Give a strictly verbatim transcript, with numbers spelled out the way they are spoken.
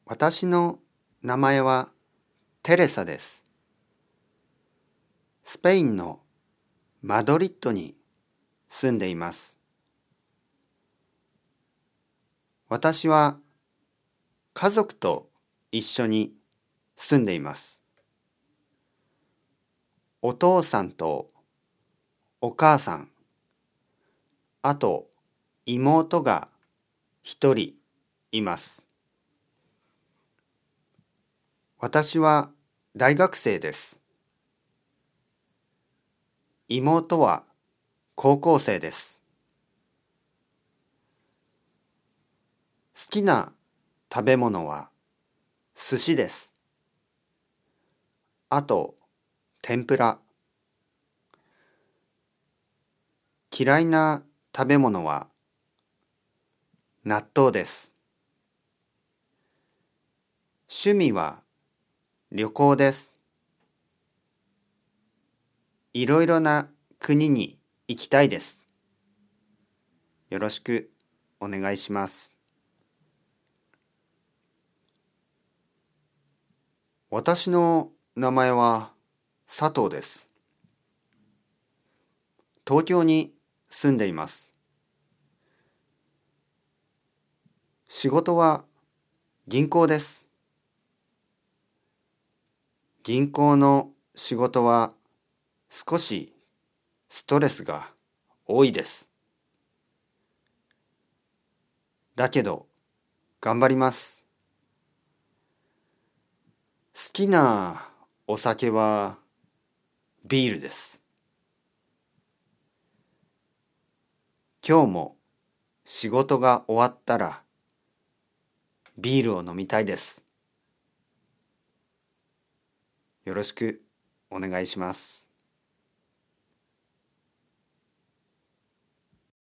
私の名前はテレサです。スペインのマドリッドに住んでいます。私は家族と一緒に住んでいます。お父さんとお母さん、あと妹が一人います。私は大学生です。妹は高校生です。好きな食べ物は寿司です。あと天ぷら。嫌いな食べ物は納豆です。趣味は旅行です。いろいろな国に行きたいです。よろしくお願いします。私の名前は佐藤です。東京に住んでいます。仕事は銀行です。銀行の仕事は少しストレスが多いです。だけど頑張ります。好きなお酒はビールです。今日も仕事が終わったらビールを飲みたいです。よろしくお願いします。